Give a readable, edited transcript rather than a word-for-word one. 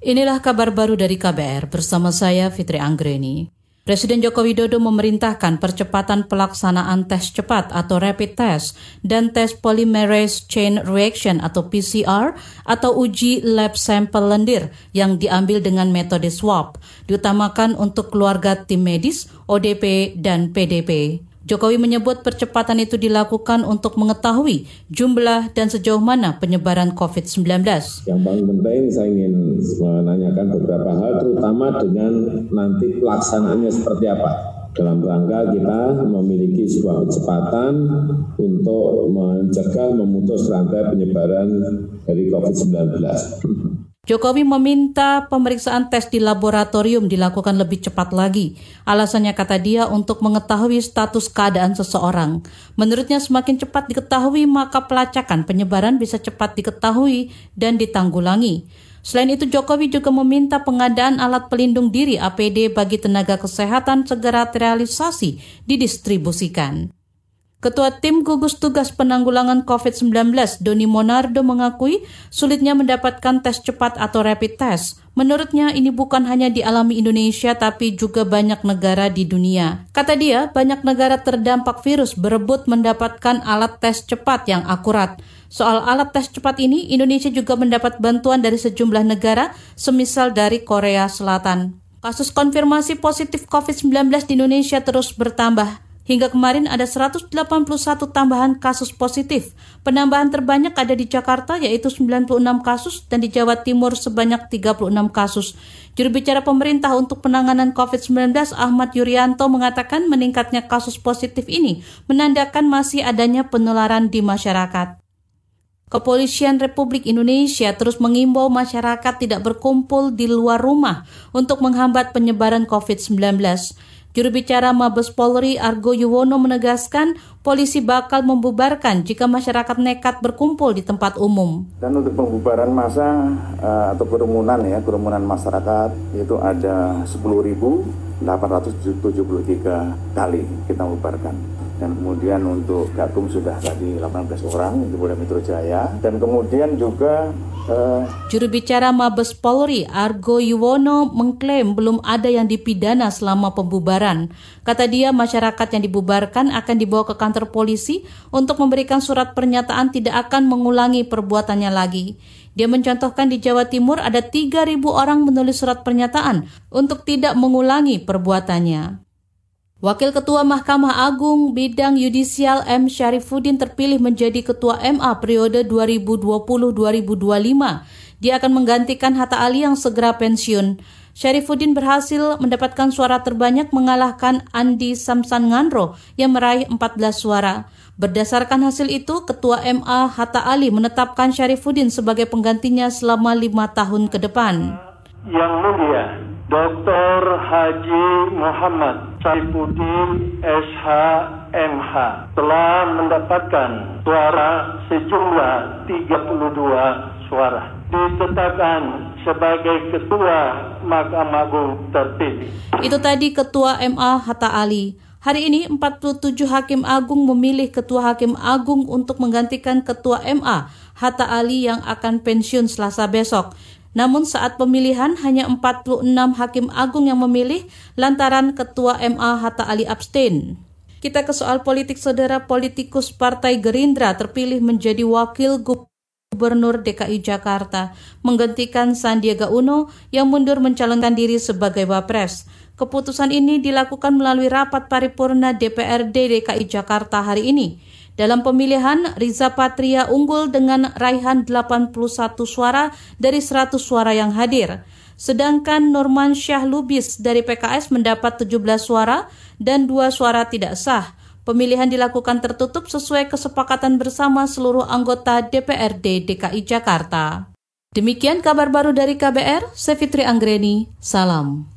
Inilah kabar baru dari KBR bersama saya Fitri Anggreni. Presiden Joko Widodo memerintahkan percepatan pelaksanaan tes cepat atau rapid test dan tes polymerase chain reaction atau PCR atau uji lab sampel lendir yang diambil dengan metode swab, diutamakan untuk keluarga tim medis, ODP, dan PDP. Jokowi menyebut percepatan itu dilakukan untuk mengetahui jumlah dan sejauh mana penyebaran COVID-19. Yang paling penting saya ingin menanyakan beberapa hal, terutama dengan nanti pelaksanaannya seperti apa. Dalam rangka kita memiliki sebuah kecepatan untuk mencegah memutus rantai penyebaran dari COVID-19. Jokowi meminta pemeriksaan tes di laboratorium dilakukan lebih cepat lagi. Alasannya, kata dia, untuk mengetahui status keadaan seseorang. Menurutnya semakin cepat diketahui maka pelacakan penyebaran bisa cepat diketahui dan ditanggulangi. Selain itu, Jokowi juga meminta pengadaan alat pelindung diri APD bagi tenaga kesehatan segera terrealisasi didistribusikan. Ketua Tim Gugus Tugas Penanggulangan COVID-19, Doni Monardo, mengakui sulitnya mendapatkan tes cepat atau rapid test. Menurutnya ini bukan hanya dialami Indonesia tapi juga banyak negara di dunia. Kata dia, banyak negara terdampak virus berebut mendapatkan alat tes cepat yang akurat. Soal alat tes cepat ini, Indonesia juga mendapat bantuan dari sejumlah negara, semisal dari Korea Selatan. Kasus konfirmasi positif COVID-19 di Indonesia terus bertambah. Hingga kemarin ada 181 tambahan kasus positif. Penambahan terbanyak ada di Jakarta yaitu 96 kasus dan di Jawa Timur sebanyak 36 kasus. Juru bicara pemerintah untuk penanganan COVID-19 Ahmad Yuryanto mengatakan meningkatnya kasus positif ini menandakan masih adanya penularan di masyarakat. Kepolisian Republik Indonesia terus mengimbau masyarakat tidak berkumpul di luar rumah untuk menghambat penyebaran COVID-19. Juru bicara Mabes Polri Argo Yuwono menegaskan polisi bakal membubarkan jika masyarakat nekat berkumpul di tempat umum. Dan untuk pembubaran massa atau kerumunan masyarakat itu ada 10.873 kali kita bubarkan. Dan kemudian untuk Gakum sudah tadi 18 orang di Polda Metro Jaya. Dan kemudian juga Juru bicara Mabes Polri Argo Yuwono mengklaim belum ada yang dipidana selama pembubaran. Kata dia, masyarakat yang dibubarkan akan dibawa ke kantor polisi untuk memberikan surat pernyataan tidak akan mengulangi perbuatannya lagi. Dia mencontohkan di Jawa Timur ada 3.000 orang menulis surat pernyataan untuk tidak mengulangi perbuatannya. Wakil Ketua Mahkamah Agung Bidang Yudisial M. Syarifuddin terpilih menjadi Ketua MA periode 2020-2025. Dia akan menggantikan Hatta Ali yang segera pensiun. Syarifuddin berhasil mendapatkan suara terbanyak mengalahkan Andi Samsan Ngandro yang meraih 14 suara. Berdasarkan hasil itu, Ketua MA Hatta Ali menetapkan Syarifuddin sebagai penggantinya selama 5 tahun ke depan. Yang mulia, Dr. Haji Muhammad Syarifuddin SH MH telah mendapatkan suara sejumlah 32 suara. Ditetapkan sebagai Ketua Mahkamah Agung terpilih. Itu tadi Ketua MA Hatta Ali. Hari ini 47 Hakim Agung memilih Ketua Hakim Agung untuk menggantikan Ketua MA Hatta Ali yang akan pensiun Selasa besok. Namun saat pemilihan hanya 46 Hakim Agung yang memilih lantaran Ketua MA Hatta Ali abstain. Kita ke soal politik, saudara. Politikus Partai Gerindra terpilih menjadi Wakil Gubernur DKI Jakarta, menggantikan Sandiaga Uno yang mundur mencalonkan diri sebagai Wapres. Keputusan ini dilakukan melalui rapat paripurna DPRD DKI Jakarta hari ini. Dalam pemilihan, Riza Patria unggul dengan raihan 81 suara dari 100 suara yang hadir. Sedangkan Nurman Syah Lubis dari PKS mendapat 17 suara dan 2 suara tidak sah. Pemilihan dilakukan tertutup sesuai kesepakatan bersama seluruh anggota DPRD DKI Jakarta. Demikian kabar baru dari KBR, saya Fitri Anggreni, salam.